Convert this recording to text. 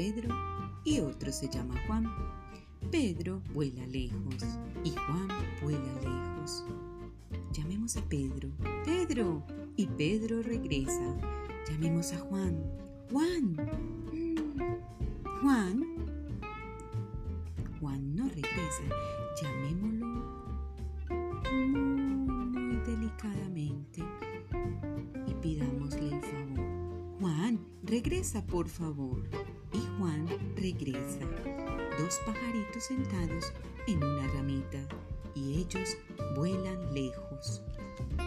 Pedro y otro se llama Juan. Pedro vuela lejos y Juan vuela lejos. Llamemos a Pedro. ¡Pedro! Y Pedro regresa. Llamemos a Juan. ¡Juan! ¿Juan? Juan no regresa. Llamémoslo muy delicadamente y pidámosle el favor. Juan, regresa por favor. Y Juan regresa. Dos pajaritos sentados en una ramita y ellos vuelan lejos.